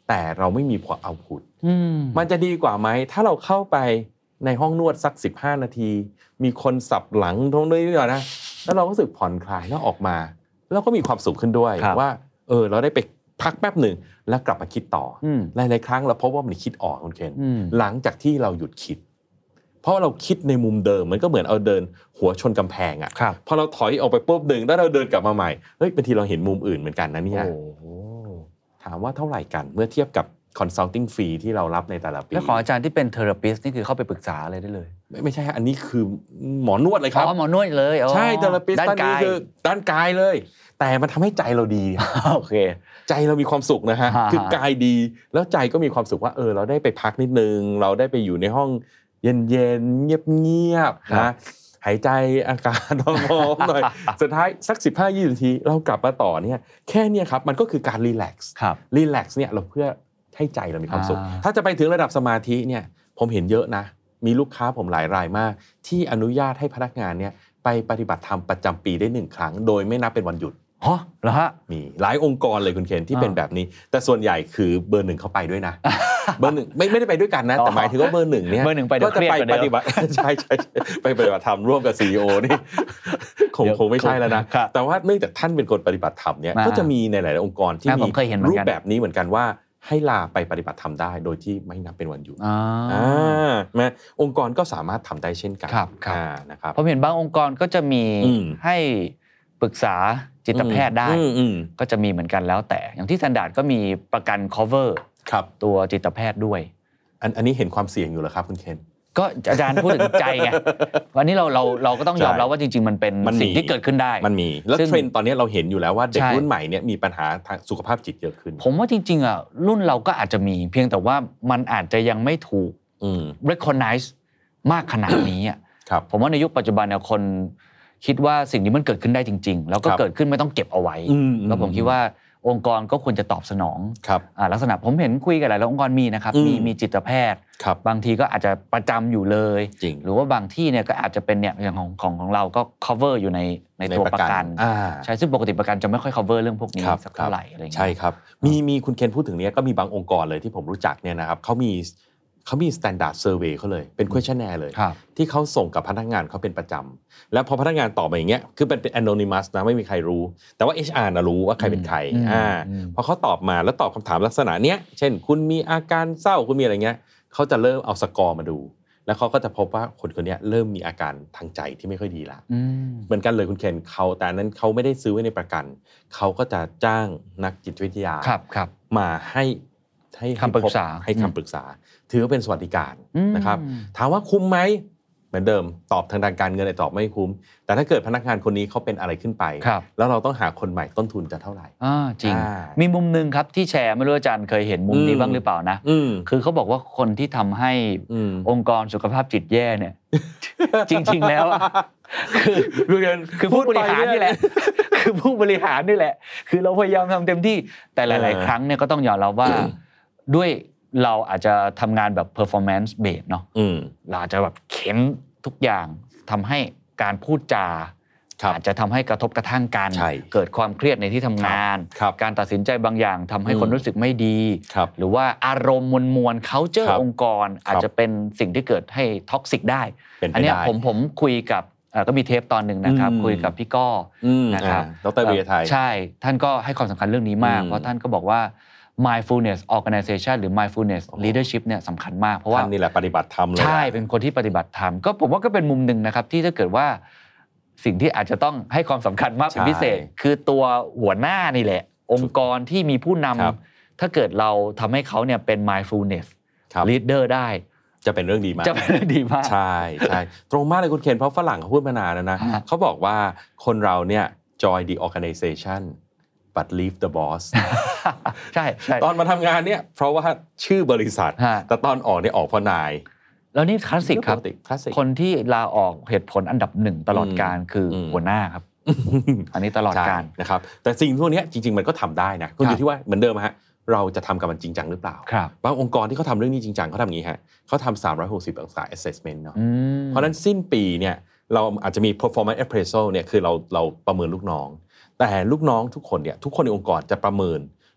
แต่เราไม่มีผลเอาท์พุตมันจะดีกว่าไหมถ้าเราเข้าไปในห้องนวดสักสิบห้านาทีมีคนสับหลังตรงนี้ด้วยนะแล้วเรารู้สึกผ่อนคลายแล้วออกมาแล้วก็มีความสุขขึ้นด้วยว่าเออเราได้ไปพักแป๊บนึงแล้วกลับมาคิดต่อหลายๆครั้งเราพบว่ามันคิดออกคุณเคนหลังจากที่เราหยุดคิดเพราะเราคิดในมุมเดิมมันก็เหมือนเอาเดินหัวชนกำแพงอ่ะพอเราถอยออกไปปุ๊บดึงแล้วเราเดินกลับมาใหม่เฮ้ยบางทีเราเห็นมุมอื่นเหมือนกันนะเนี่ยถามว่าเท่าไหร่กันเมื่อเทียบกับ consulting fee ที่เรารับในแต่ละปีแล้วของอาจารย์ที่เป็น therapist นี่คือเข้าไปปรึกษาอะไรได้เลยไม่ไม่ใช่อันนี้คือหมอนวดเลยครับอ๋อหมอนวดเลยใช่ therapist ด้านกายคือด้านกายเลยแต่มันทำให้ใจเราดีโอเคใจเรามีความสุขนะฮะคือกายดีแล้วใจก็มีความสุขว่าเออเราได้ไปพักนิดนึงเราได้ไปอยู่ในห้องเย็นๆเงียบๆนะหายใจอากาศร้อนๆหน่อยสุดท้ายสัก สิบห้าถึงยี่สิบ นาทีเรากลับมาต่อเนี่ยแค่นี้ครับมันก็คือการรีแลกซ์รีแลกซ์เนี่ยเราเพื่อให้ใจเรามีความสุขถ้าจะไปถึงระดับสมาธิเนี่ยผมเห็นเยอะนะมีลูกค้าผมหลายรายมากที่อนุญาตให้พนักงานเนี่ยไปปฏิบัติธรรมประจำปีได้หนึ่งครั้งโดยไม่นับเป็นวันหยุดฮะเหรอฮะมีหลายองค์กรเลยคุณเคนที่เป็นแบบนี้แต่ส่วนใหญ่คือเบอร์หนึ่งเขาไปด้วยนะเบอร์หนึ่งไม่ไม่ได้ไปด้วยกันนะแต่หมายถึงว่าเบอร์หนึ่งเนี่ยก็จะไปปฏิบัติใช่ใช่ไปปฏิบัติธรรมร่วมกับ ซี อี โอ นี่คงคงไม่ใช่แล้วนะแต่ว่าเนื่องจากท่านเป็นคนปฏิบัติธรรมเนี่ยก็จะมีในหลายองค์กรที่มีรูปแบบนี้เหมือนกันว่าให้ลาไปปฏิบัติธรรมได้โดยที่ไม่นับเป็นวันหยุดอ่าแม้องค์กรก็สามารถทำได้เช่นกันนะครับผมเห็นบางองค์กรก็จะมีให้ปรึกษาจิตแพทย์ได้ก็จะมีเหมือนกันแล้วแต่อย่างที่ Standard ก็มีประกัน cover ตัวจิตแพทย์ด้วยอันอันนี้เห็นความเสี่ยงอยู่เหรอครับคุณเคนก็อาจารย์พูดถึงใจไงวันนี้เราเราเราก็ต้องยอมรับว่าจริงๆมันเป็นสิ่งที่เกิดขึ้นได้มันมีแล้วเทรนด์ตอนนี้เราเห็นอยู่แล้วว่าเด็กรุ่นใหม่เนี่ยมีปัญหาทางสุขภาพจิตเยอะขึ้นผมว่าจริงๆอ่ะรุ่นเราก็อาจจะมีเพียงแต่ว่ามันอาจจะยังไม่ถูก recognize มากขนาดนี้อ่ะผมว่าในยุคปัจจุบันเนี่ยคนคิดว่าสิ่งนี้มันเกิดขึ้นได้จริงๆแล้วก็เกิดขึ้นไม่ต้องเก็บเอาไว้แล้วผมคิดว่าองค์กรก็ควรจะตอบสนองลักษณะผมเห็นคุยกับหลายๆองค์กรมีนะครับมีมีจิตแพทย์บางทีก็อาจจะประจำอยู่เลยหรือว่าบางที่เนี่ยก็อาจจะเป็นเนี่ยอย่างของของของเราก็ cover อยู่ในในตัวประกันใช่ซึ่งปกติประกันจะไม่ค่อย cover เรื่องพวกนี้สักเท่าไหร่อะไรเงี้ยใช่ครับมีมีคุณเคนพูดถึงเนี้ยก็มีบางองค์กรเลยที่ผมรู้จักเนี่ยนะครับเขามีเขามี standard survey เขาเลยเป็น questionnaire เลยที่เขาส่งกับพนักงานเขาเป็นประจำแล้วพอพนักงานตอบมาอย่างเงี้ยคือเป็นเป็น anonymous นะไม่มีใครรู้แต่ว่า เอช อาร์ น่ะรู้ว่าใครเป็นใครอ่าพอเขาตอบมาแล้วตอบคำถามลักษณะเนี้ยเช่นคุณมีอาการเศร้าคุณมีอะไรเงี้ยเขาจะเริ่มเอาสกอร์มาดูแล้วเขาก็จะพบว่าคนคนนี้เริ่มมีอาการทางใจที่ไม่ค่อยดีละเหมือนกันเลยคุณเคนเขาแต่นั้นเขาไม่ได้ซื้อไว้ในประกันเขาก็จะจ้างนักจิตวิทยามาให้ให้คำปรึกษาให้คำปรึกษาถือว่าเป็นสวัสดิการนะครับถามว่าคุ้มไหมเหมือนเดิมตอบทางด้านการเงินไอ้ตอบไม่คุ้มแต่ถ้าเกิดพนักงานคนนี้เขาเป็นอะไรขึ้นไปแล้วเราต้องหาคนใหม่ต้นทุนจะเท่าไหร่อ่าจริงมีมุมนึงครับที่แชร์ไม่รู้อาจารย์เคยเห็นมุมนี้บ้างหรือเปล่านะคือเขาบอกว่าคนที่ทำให้องค์กรสุขภาพจิตแย่เนี่ยจริงๆแล้วคือคือผู้บริหารนี่แหละคือผู้บริหารนี่แหละคือเราพยายามทำเต็มที่แต่หลายๆครั้งเนี่ยก็ต้องยอมรับว่าด้วยเราอาจจะทำงานแบบ performance based เนาะเราอาจจะแบบเข็นทุกอย่างทำให้การพูดจาอาจจะทำให้กระทบกระทั่งกันเกิดความเครียดในที่ทำงานการตัดสินใจบางอย่างทำให้คนรู้สึกไม่ดีหรือว่าอารมณ์มวลๆ culture องค์กรอาจจะเป็นสิ่งที่เกิดให้ท็อกซิกได้อันนี้ผมผมคุยกับก็มีเทปตอนหนึ่งนะครับคุยกับพี่ก้อนะครับดร.วีรไทยใช่ท่านก็ให้ความสำคัญเรื่องนี้มากเพราะท่านก็บอกว่าmindfulness organization หรือ mindfulness leadership เนี่ยสำคัญมากเพราะว่าท่านนี่แหละปฏิบัติธรรมเลยใช่เป็นคนที่ปฏิบัติธรรมก็ผมว่าก็เป็นมุมหนึ่งนะครับที่ถ้าเกิดว่าสิ่งที่อาจจะต้องให้ความสำคัญมากเป็นพิเศษคือตัวหัวหน้านี่แหละองค์กรที่มีผู้นำถ้าเกิดเราทำให้เขาเนี่ยเป็น mindfulness leader ได้จะเป็นเรื่องดีมากจะเป็นเรื่องดีมากใช่ใช่ตรงมากเลยคุณเคนเพราะฝรั่งเขาพูดมานานแล้วนะเขาบอกว่าคนเราเนี่ย join the organization but leave the boss ใช่ใช่ตอนมาทำงานเนี่ยเพราะว่าชื่อบริษัทแต่ตอนออกเนี่ยออกเพราะนายแล้วนี่คลาสสิกครับคนที่ลาออกเหตุผลอันดับหนึ่งตลอดการคือหัวหน้าครับอันนี้ตลอดการนะครับแต่สิ่งพวกนี้จริงๆมันก็ทำได้นะก็อยู่ที่ว่าเหมือนเดิมฮะเราจะทำกับมันจริงจังหรือเปล่าบางองค์กรที่เขาทำเรื่องนี้จริงจังเขาทำอย่างนี้ฮะเขาทำสามร้อยหกสิบองศา assessment เนาะเพราะนั้นสิ้นปีเนี่ยเราอาจจะมี performance appraisal เนี่ยคือเราเราประเมินลูกน้องแต่ลูกน้องทุกคนเนี่ยทุกคนในองค์กรจะประเมิน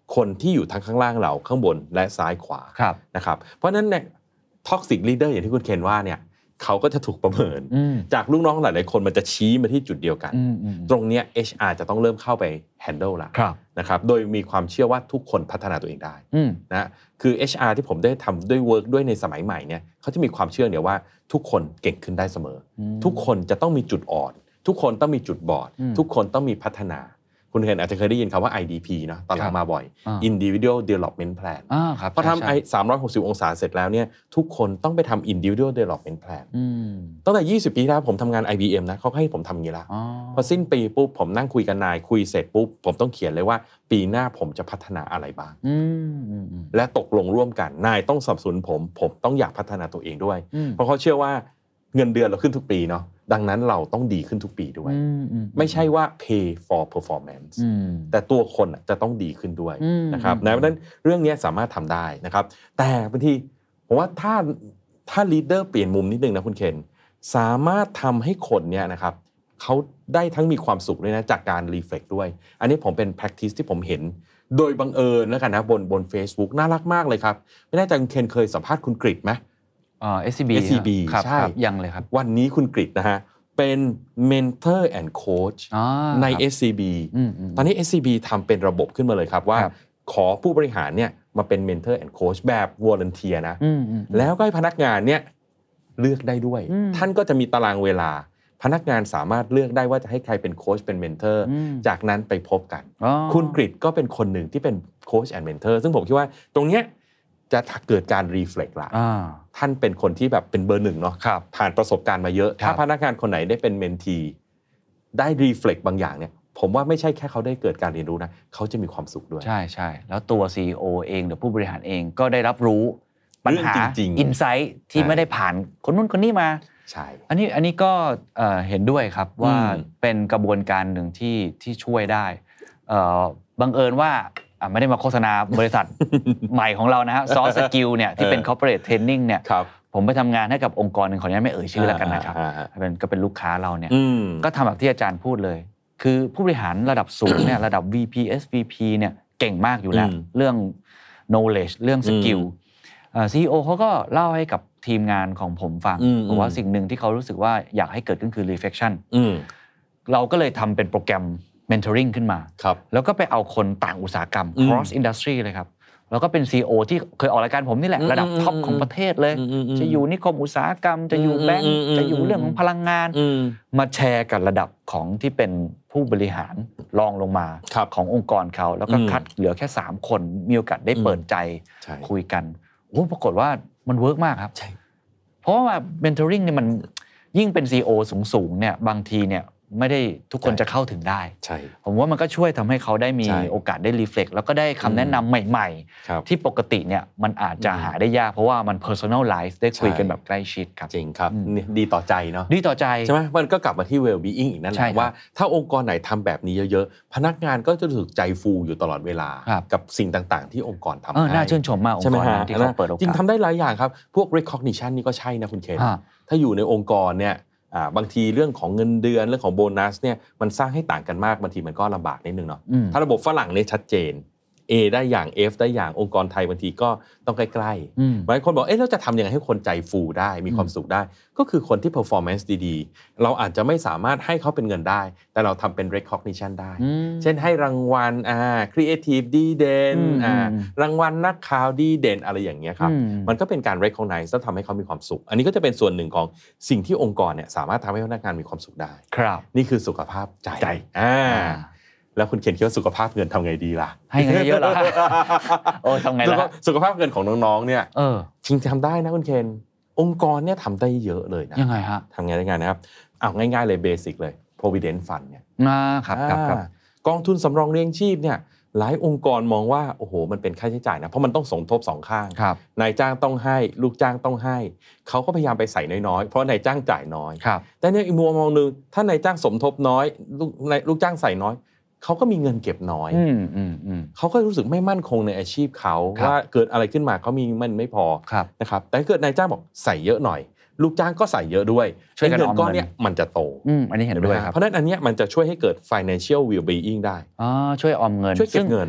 คนที่อยู่ทั้งข้างล่างเราข้างบนและซ้ายขวานะครับเพราะนั้นเนี่ยท็อกซิกลีดเดอร์อย่างที่คุณเคนว่าเนี่ยเขาก็จะถูกประเมินจากลูกน้องหลายๆคนมันจะชี้มาที่จุดเดียวกันตรงเนี้ย เอช อาร์ จะต้องเริ่มเข้าไป handle ละนะครับโดยมีความเชื่อว่าทุกคนพัฒนาตัวเองได้นะคือ เอช อาร์ ที่ผมได้ทำด้วย work ด้วยในสมัยใหม่เนี่ยเขาจะมีความเชื่อเนี่ยว่าทุกคนเก่งขึ้นได้เสมอทุกคนจะต้องมีจุดอ่อนทุกคนต้องมีจุดบอดทุกคนต้องมีพัฒนาคุณเห็นอาจจะเคยได้ยินคำว่า ไอ ดี พี เนาะตอนหลังมาบ่อย Individual Development Plan พอทำไอ้สามร้อยหกสิบองศาเสร็จแล้วเนี่ยทุกคนต้องไปทำ Individual Development Plan ตั้งแต่ยี่สิบปีแล้วผมทำงาน ไอ บี เอ็ม นะเขาให้ผมทำอย่างนี้ละพอสิ้นปีปุ๊บผมนั่งคุยกันนายคุยเสร็จปุ๊บผมต้องเขียนเลยว่าปีหน้าผมจะพัฒนาอะไรบ้างและตกลงร่วมกันนายต้องสนับสนุนผมผมต้องอยากพัฒนาตัวเองด้วยเพราะเขาเชื่อว่าเงินเดือนเราขึ้นทุกปีเนาะดังนั้นเราต้องดีขึ้นทุกปีด้วยไม่ใช่ว่า pay for performance แต่ตัวคนจะต้องดีขึ้นด้วยนะครับนะเพราะฉะนั้นเรื่องนี้สามารถทำได้นะครับแต่บางทีผมว่าถ้าถ้า leader เปลี่ยนมุมนิดนึงนะคุณเคนสามารถทำให้คนเนี่ยนะครับเขาได้ทั้งมีความสุขด้วยนะจากการ reflect ด้วยอันนี้ผมเป็น practice ที่ผมเห็นโดยบังเอิญแล้วกันนะบนบน Facebook น่ารักมากเลยครับไม่แน่ใจคุณเคนเคยสัมภาษณ์คุณกฤษไหมอ่า เอส ซี บีเอส ซี บีครับใช่ยังเลยครับวันนี้คุณกฤษนะฮะเป็น mentor and coach ใน เอส ซี บี ตอนนี้ เอส ซี บี ทำเป็นระบบขึ้นมาเลยครับว่าขอผู้บริหารเนี่ยมาเป็น mentor and coach แบบ volunteer นะแล้วก็ให้พนักงานเนี่ยเลือกได้ด้วยท่านก็จะมีตารางเวลาพนักงานสามารถเลือกได้ว่าจะให้ใครเป็นโค้ชเป็นเมนเทอร์จากนั้นไปพบกันคุณกฤษก็เป็นคนหนึ่งที่เป็นโค้ชแอนด์เมนเทอร์ซึ่งผมคิดว่าตรงเนี้ยจะเกิดการรีเฟล็กต์ละท่านเป็นคนที่แบบเป็นเบอร์หนึ่งเนาะผ่านประสบการณ์มาเยอะถ้าพนักงานคนไหนได้เป็นเมนทีได้รีเฟล็กต์บางอย่างเนี่ยผมว่าไม่ใช่แค่เขาได้เกิดการเรียนรู้นะเขาจะมีความสุขด้วยใช่ใช่แล้วตัว ซี อี โอ เองหรือผู้บริหารเองก็ได้รับรู้ปัญหาอินไซต์ที่ไม่ได้ผ่านคนนู้นคนนี้มาใช่อันนี้อันนี้ก็เห็นด้วยครับว่าเป็นกระบวนการหนึ่งที่ที่ช่วยได้บังเอิญว่าไม่ได้มาโฆษณาบริษัท ใหม่ของเรานะฮะ Source Skill เนี่ยที่เป็น corporate training เนี่ยผมไปทำงานให้กับองค์กรหนึ่งขออนุญาตไม่เอ่ยชื่อแล้วกันนะครับเป็นก็เป็นลูกค้าเราเนี่ยก็ทำแบบที่อาจารย์พูดเลยคือผู้บริหารระดับสูงเนี่ยระดับ วี พี เอส วี พี เนี่ยเก่งมากอยู่แล้วเรื่อง knowledge เรื่อง skill ซี อี โอ เขาก็เล่าให้กับทีมงานของผมฟังบอกว่าสิ่งหนึ่งที่เขารู้สึกว่าอยากให้เกิดขึ้นคือ reflection เราก็เลยทำเป็นโปรแกรม mentoring ขึ้นมาแล้วก็ไปเอาคนต่างอุตสาหกรรม cross industry เลยครับแล้วก็เป็น ซี อี โอ ที่เคยออกรายการผมนี่แหละระดับท็อปของประเทศเลยจะอยู่นิคมอุตสาหกรรมจะอยู่แบงก์จะอยู่เรื่องของพลังงานมาแชร์กันระดับของที่เป็นผู้บริหารรองลงมาขององค์กรเขาแล้วก็คัดเหลือแค่สามคนมีโอกาสได้เปิดใจคุยกันโอ้ปรากฏว่ามันเวิร์กมากครับเพราะว่า mentoring เนี่ยมันยิ่งเป็น ซี อี โอ สูงๆเนี่ยบางทีเนี่ยไม่ได้ทุกคนจะเข้าถึงได้ผมว่ามันก็ช่วยทำให้เขาได้มีโอกาสได้รีเฟล็กแล้วก็ได้คำแนะนำใหม่ๆที่ปกติเนี่ยมันอาจจะหาได้ยากเพราะว่ามัน personalize ได้คุยกันแบบใกล้ชิดครับจริงครับดีต่อใจเนาะดีต่อใจใช่ไหมมันก็กลับมาที่ well being อีกนั่นแหละว่าถ้าองค์กรไหนทำแบบนี้เยอะๆพนักงานก็จะรู้สึกใจฟูอยู่ตลอดเวลากับสิ่งต่างๆที่องค์กรทำให้น่าชื่นชมมากองค์กรที่เขาเปิดโอกาสจริงทำได้หลายอย่างครับพวก recognition นี่ก็ใช่นะคุณเคนถ้าอยู่ในองค์กรเนี่ยบางทีเรื่องของเงินเดือนเรื่องของโบนัสเนี่ยมันสร้างให้ต่างกันมากบางทีมันก็ลำบากนิดนึงเนาะถ้าระบบฝรั่งเนี่ยชัดเจน A ได้อย่าง F ได้อย่างองค์กรไทยบางทีก็ต้องใกล้ๆบางคนบอกเอ๊ะเราจะทำยังไงให้คนใจฟูได้มีความสุขได้ก็คือคนที่ performance ดีๆเราอาจจะไม่สามารถให้เขาเป็นเงินได้แต่เราทำเป็น recognition ได้เช่นให้รางวัลอ่า creative ดีเด่นอ่ารางวัลนักข่าวดีเด่นอะไรอย่างเงี้ยครับมันก็เป็นการ recognize แล้วทำให้เขามีความสุขอันนี้ก็จะเป็นส่วนหนึ่งของสิ่งที่องค์กรเนี่ยสามารถทำให้พนักงานมีความสุขได้ครับนี่คือสุขภาพใจอ่าแล้วคุณเคนคิดว่าสุขภาพเงินทำไงดีล่ะให้เงินเยอะๆเหรอโอ้ทำไงล่ะสุขภาพเงินของน้องๆเนี่ยเออจริงทำได้นะคุณเคนองค์กรเนี่ยทำได้เยอะเลยนะยังไงฮะทำไงได้ไงนะครับเอาง่ายๆเลยเบสิกเลย provident fund เนี่ยนะครับครับกองทุนสำรองเลี้ยงชีพเนี่ยหลายองค์กรมองว่าโอ้โหมันเป็นค่าใช้จ่ายนะเพราะมันต้องสมทบสองข้างนายจ้างต้องให้ลูกจ้างต้องให้เขาก็พยายามไปใส่น้อยๆเพราะนายจ้างจ่ายน้อยแต่เนี่ยอีกมุมมองนึงถ้านายจ้างสมทบน้อยลูกลูกจ้างใส่น้อยเขาก็มีเงินเก็บน้อยเขาก็รู้สึกไม่มั่นคงในอาชีพเขาว่าเกิดอะไรขึ้นมาเขามีมันไม่พอนะครับแต่เกิดนายจ้างบอกใส่เยอะหน่อยลูกจ้างก็ใส่เยอะด้วยเงินก้อนเนี้ยมันจะโตอันนี้เห็นด้วยครับเพราะนั้นอันเนี้ยมันจะช่วยให้เกิด financial well-being ได้อ๋อช่วยออมเงินช่วยเก็บเงินอ่ะ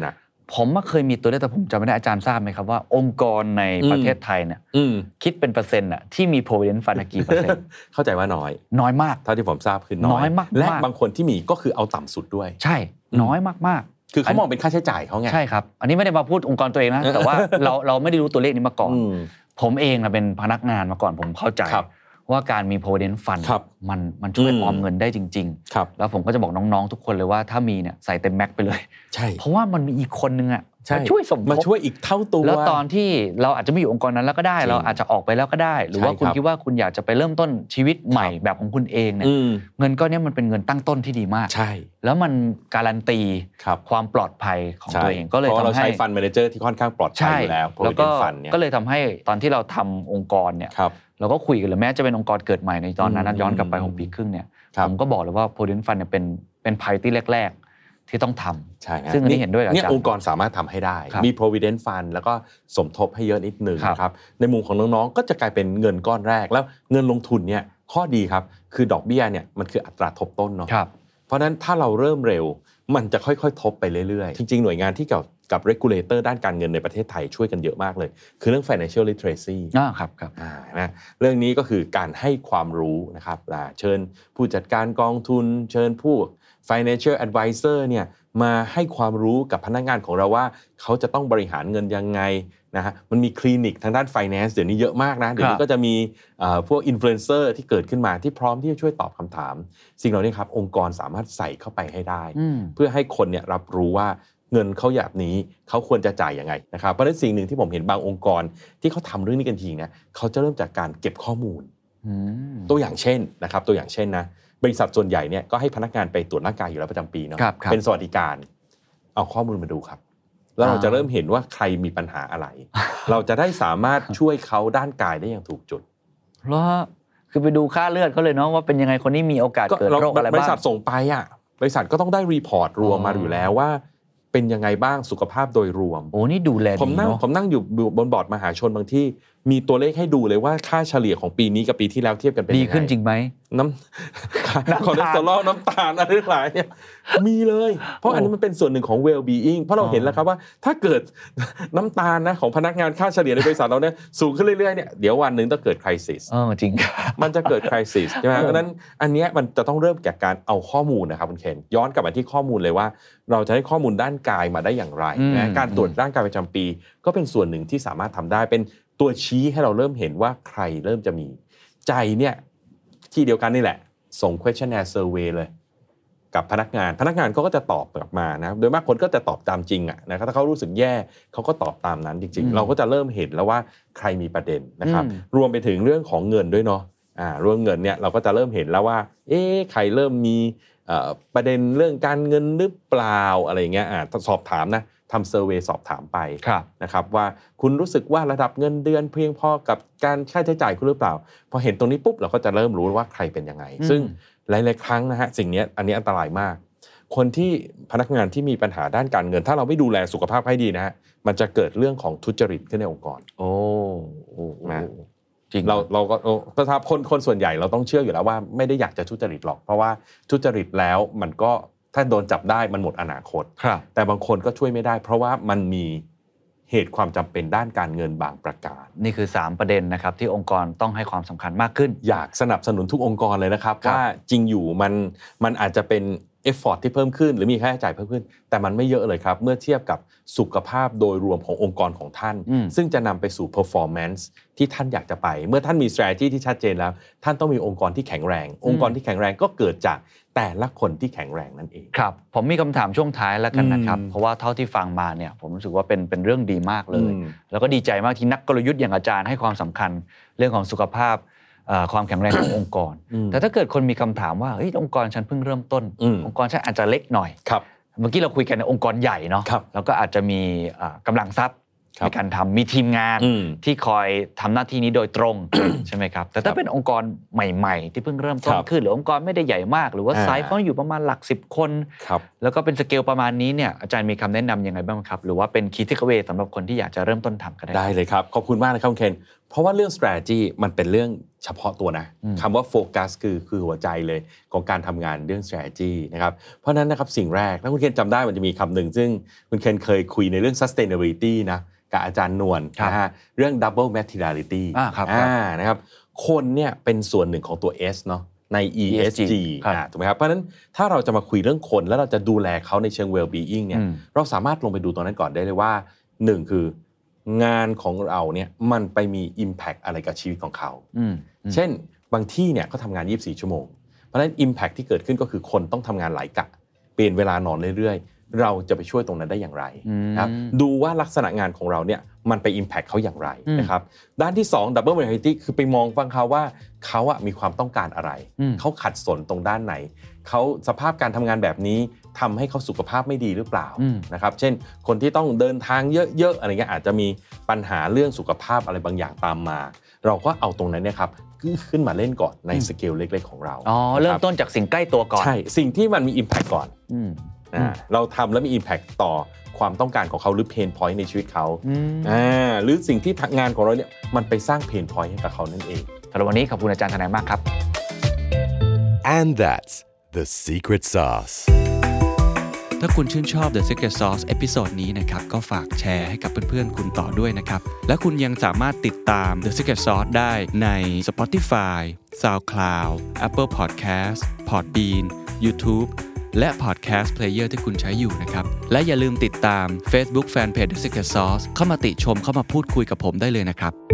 ผมเคยมีตัวเลขแต่ผมจำไม่ได้อาจารย์ทราบไหมครับว่าองค์กรในประเทศไทยเนี่ยคิดเป็นเปอร์เซ็นต์อะที่มี provident fund กี่เปอร์เซ็นต์เข้าใจว่าน้อยน้อยมากเท่าที่ผมทราบคือน้อยและบางคนที่มีก็คือเอาต่ำสุดด้วยใช่น้อยมากๆคือเขามองเป็นค่าใช้จ่ายเขาไงใช่ครับอันนี้ไม่ได้มาพูดองค์กรตัวเองนะแต่ว่าเราเราไม่ได้รู้ตัวเลขนี้มาก่อนผมเองนะเป็นพนักงานมาก่อนผมเข้าใจว่าการมี provident fund มันมันช่วยออมเงินได้จริงๆแล้วผมก็จะบอกน้องๆทุกคนเลยว่าถ้ามีเนี่ยใส่เต็มแม็กไปเลยใช่เพราะว่ามันมีอีกคนนึงอ่ะมาช่วยสมทบมาช่วยอีกเท่าตัวแล้วตอนที่เราอาจจะไม่อยู่องค์กรนั้นแล้วก็ได้เราอาจจะออกไปแล้วก็ได้หรือว่าคุณคิดว่าคุณอยากจะไปเริ่มต้นชีวิตใหม่แบบของคุณเองเนี่ยเงินก้อนนี้มันเป็นเงินตั้งต้นที่ดีมากใช่แล้วมันการันตีความปลอดภัยของตัวเองก็เลยทำให้เราใช้ฟันแมเนเจอร์ที่ค่อนข้างปลอดภัยอยู่แล้วแล้วก็ก็เลยทำให้ตอนที่เราทำองค์กรเนี่ยเราก็คุยกันเลยแม้จะเป็นองค์กรเกิดใหม่ในตอนนั้นย้อนกลับไปหกปีครึ่งเนี่ยผมก็บอกเลยว่า provident fund เนี่ยเป็นเป็น priority แรกๆที่ต้องทำซึ่งอันนี้เห็นด้วยกับอาจารย์เนี่ยองค์กรสามารถทำให้ได้มี provident fund แล้วก็สมทบให้เยอะนิดนึงนะครับในมุมของน้องๆก็จะกลายเป็นเงินก้อนแรกแล้วเงินลงทุนเนี่ยข้อดีครับคือดอกเบี้ยเนี่ยมันคืออัตราทบต้นเนาะเพราะฉะนั้นถ้าเราเริ่มเร็วมันจะค่อยๆทบไปเรื่อยๆจริงๆหน่วยงานที่เกี่ยวกับ regulator ด้านการเงินในประเทศไทยช่วยกันเยอะมากเลยคือเรื่อง financial literacy อ่าครับครับอ่านะเรื่องนี้ก็คือการให้ความรู้นะครับเชิญผู้จัดการกองทุนเชิญผู้ financial advisor เนี่ยมาให้ความรู้กับพนักงานของเราว่าเขาจะต้องบริหารเงินยังไงนะฮะมันมีคลินิกทางด้าน finance เดี๋ยวนี้เยอะมากนะเดี๋ยวนี้ก็จะมีพวก influencer ที่เกิดขึ้นมาที่พร้อมที่จะช่วยตอบคำถามสิ่งเหล่านี้ครับองค์กรสามารถใส่เข้าไปให้ได้เพื่อให้คนเนี่ยรับรู้ว่าเงินเขาอย่างนี้เขาควรจะจ่ายยังไงนะครับเพราะฉะนั้นสิ่งหนึ่งที่ผมเห็นบางองค์กรที่เขาทำเรื่องนี้กันจริงนะเขาจะเริ่มจากการเก็บข้อมูลตัวอย่างเช่นนะครับตัวอย่างเช่นนะบริษัทส่วนใหญ่เนี่ยก็ให้พนักงานไปตรวจร่างกายอยู่แล้วประจำปีเนาะเป็นสวัสดิการเอาข้อมูลมาดูครับแล้วเราจะเริ่มเห็นว่าใครมีปัญหาอะไรเราจะได้สามารถช่วยเขาด้านกายได้อย่างถูกจุดเพราะคือไปดูค่าเลือดเขาเลยเนาะว่าเป็นยังไงคนนี้มีโอกาสเกิดโรคอะไรบ้างบริษัทส่งไปอ่ะบริษัทก็ต้องได้รีพอร์ตรวมมาอยู่แล้วว่าเป็นยังไงบ้างสุขภาพโดยรวมโอ้นี่ดูแลดีเนาะผมนั่งผมนั่งอยู่บนบอร์ดมหาชนบางที่มีตัวเลขให้ดูเลยว่าค่าเฉลี่ยของปีนี้กับปีที่แล้วเทียบกันเป็นยังไงดีขึ้นจริงไหมน้ำคอเลสเตอรอลน้ำตาลอะไรหลายเนี่ยมีเลยเพราะอันนี้มันเป็นส่วนหนึ่งของ well being เพราะเราเห็นแล้วครับว่าถ้าเกิดน้ำตาลนะของพนักงานค่าเฉลี่ยในบริษัทเราเนี่ยสูงขึ้นเรื่อยๆเนี่ยเดี๋ยววันนึงต้องเกิด crisis เออจริงมันจะเกิด crisis ใช่ไหมเพราะฉะนั้นอันนี้มันจะต้องเริ่มจากการเอาข้อมูลนะครับคุณเคนย้อนกลับมาที่ข้อมูลเลยว่าเราจะให้ข้อมูลด้านกายมาได้อย่างไรนะการตรวจร่างกายประจำปีก็เป็นส่วนหนึ่งที่สามารถทำได้เป็นตัวชี้ให้เราเริ่มเห็นว่าใครเริ่มจะมีใจเนี่ยที่เดียวกันนี่แหละส่ง questionnaire survey เลยกับพนักงานพนักงานเขาก็จะตอบกลับมานะโดยมากคนก็จะตอบตามจริงอ่ะนะครับถ้าเขารู้สึกแย่เขาก็ตอบตามนั้นจริงๆเราก็จะเริ่มเห็นแล้วว่าใครมีประเด็นนะครับรวมไปถึงเรื่องของเงินด้วยเนาะอ่าเรื่องเงินเนี่ยเราก็จะเริ่มเห็นแล้วว่าเอ๊ะใครเริ่มมีประเด็นเรื่องการเงินหรือเปล่าอะไรเงี้ยอ่าสอบถามนะทำเซอร์เวย์สอบถามไปนะครับว่าคุณรู้สึกว่าระดับเงินเดือนเพียงพอกับการค่าใช้จ่ายคุณหรือเปล่าพอเห็นตรงนี้ปุ๊บเราก็จะเริ่มรู้ว่าใครเป็นยังไงซึ่งหลายๆครั้งนะฮะสิ่งนี้อันนี้อันตรายมากคนที่พนักงานที่มีปัญหาด้านการเงินถ้าเราไม่ดูแลสุขภาพให้ดีนะฮะมันจะเกิดเรื่องของทุจริตขึ้นในองค์กรโอ้โหนะจริงเราเราก็แต่ถ้าคนคนส่วนใหญ่เราต้องเชื่ออยู่แล้วว่าไม่ได้อยากจะทุจริตหรอกเพราะว่าทุจริตแล้วมันก็ถ้าโดนจับได้มันหมดอนาคตแต่บางคนก็ช่วยไม่ได้เพราะว่ามันมีเหตุความจำเป็นด้านการเงินบางประการนี่คือสามประเด็นนะครับที่องค์กรต้องให้ความสำคัญมากขึ้นอยากสนับสนุนทุกองค์กรเลยนะครับว่าจริงอยู่มันมันอาจจะเป็น effort ที่เพิ่มขึ้นหรือมีค่าใช้จ่ายเพิ่มขึ้นแต่มันไม่เยอะเลยครับเมื่อเทียบกับสุขภาพโดยรวมขององค์กรของท่านซึ่งจะนำไปสู่ performance ที่ท่านอยากจะไปเมื่อท่านมี strategy ที่ชัดเจนแล้วท่านต้องมีองค์กรที่แข็งแรงองค์กรที่แข็งแรงก็เกิดจากแต่ละคนที่แข็งแรงนั่นเองครับผมมีคำถามช่วงท้ายแล้วกันนะครับเพราะว่าเท่าที่ฟังมาเนี่ยผมรู้สึกว่าเป็นเป็นเรื่องดีมากเลยแล้วก็ดีใจมากที่นักกลยุทธ์อย่างอาจารย์ให้ความสำคัญเรื่องของสุขภาพความแข็งแรงขององค์กรแต่ถ้าเกิดคนมีคำถามว่าเฮ้ยองค์กรฉันเพิ่งเริ่มต้นองค์กรฉันอาจจะเล็กหน่อยเมื่อกี้เราคุยกันในองค์กรใหญ่เนาะแล้วก็อาจจะมีกำลังทรัพย์ในการทำมีทีมงานที่คอยทำหน้าที่นี้โดยตรง ใช่ไหมครับแต่ถ้าเป็นองค์กรใหม่ๆที่เพิ่งเริ่มต้นขึ้นหรือองค์กรไม่ได้ใหญ่มากหรือว่าไซส์เขาอยู่ประมาณหลักสิบคนแล้วก็เป็นสเกลประมาณนี้เนี่ยอาจารย์มีคำแนะนำยังไงบ้างครับหรือว่าเป็นคีย์เทคเอาท์เวย์สำหรับคนที่อยากจะเริ่มต้นทำก็ได้ได้เลยครับขอบคุณมากนะครับคุณเคนเพราะว่าเรื่อง strategy มันเป็นเรื่องเฉพาะตัวนะคำว่าโฟกัสคือคือหัวใจเลยของการทำงานเรื่อง strategy นะครับเพราะนั้นนะครับสิ่งแรกถ้าคุณเคนจำได้มันจะมีคำหนึ่งซึ่งคุณเคนเคยคุยในเรื่อง sustainability นะกับอาจารย์นวลนะฮะเรื่อง double materiality อ่าครับนะครับคนเนี่ยเป็นส่วนหนึ่งของตัว S เนาะใน อี เอส จี อ่าถูกไหมครับเพราะฉะนั้นถ้าเราจะมาคุยเรื่องคนแล้วเราจะดูแลเขาในเชิง well-being เนี่ยเราสามารถลงไปดูตรงนั้นก่อนได้เลยว่าหนึ่งคืองานของเราเนี่ยมันไปมี impact อะไรกับชีวิตของเขาเช่นบางที่เนี่ยเขาทำงานยี่สิบสี่ชั่วโมงเพราะฉะนั้น impact ที่เกิดขึ้นก็คือคนต้องทำงานหลายกะเปลี่ยนเวลานอนเรื่อยๆเราจะไปช่วยตรงนั้นได้อย่างไรนะครับดูว่าลักษณะงานของเราเนี่ยมันไป impact เขาอย่างไรนะครับด้านที่สอง double materiality คือไปมองฟังเขาว่าเขาอะมีความต้องการอะไรเขาขัดสนตรงด้านไหนเขาสภาพการทำงานแบบนี้ทำให้เขาสุขภาพไม่ดีหรือเปล่านะครับเช่นคนที่ต้องเดินทางเยอะๆอะไรเงี้ยอาจจะมีปัญหาเรื่องสุขภาพอะไรบางอย่างตามมาเราก็เอาตรงนั้นเนี่ยครับขึ้นมาเล่นก่อนในสเกลเล็กๆของเราอ๋อเริ่มต้นจากสิ่งใกล้ตัวก่อนใช่สิ่งที่มันมี impact ก่อนอ่าเราทำแล้วมี impact ต่อความต้องการของเขาหรือ pain point ในชีวิตเขาอ่าหรือสิ่งที่งานของเราเนี่ยมันไปสร้าง pain point ให้กับเขานั่นเองสำหรับวันนี้ขอบคุณอาจารย์ทนายมากครับ and that's the secret sauce ถ้าคุณชื่นชอบ The Secret Sauce เอพิโซดนี้นะครับก็ฝากแชร์ให้กับเพื่อนๆคุณต่อด้วยนะครับและคุณยังสามารถติดตาม The Secret Sauce ได้ใน Spotify, SoundCloud, Apple Podcast, Podbean, YouTube และ Podcast Player ที่คุณใช้อยู่นะครับและอย่าลืมติดตาม Facebook Fanpage The Secret Sauce เข้ามาติชมเข้ามาพูดคุยกับผมได้เลยนะครับ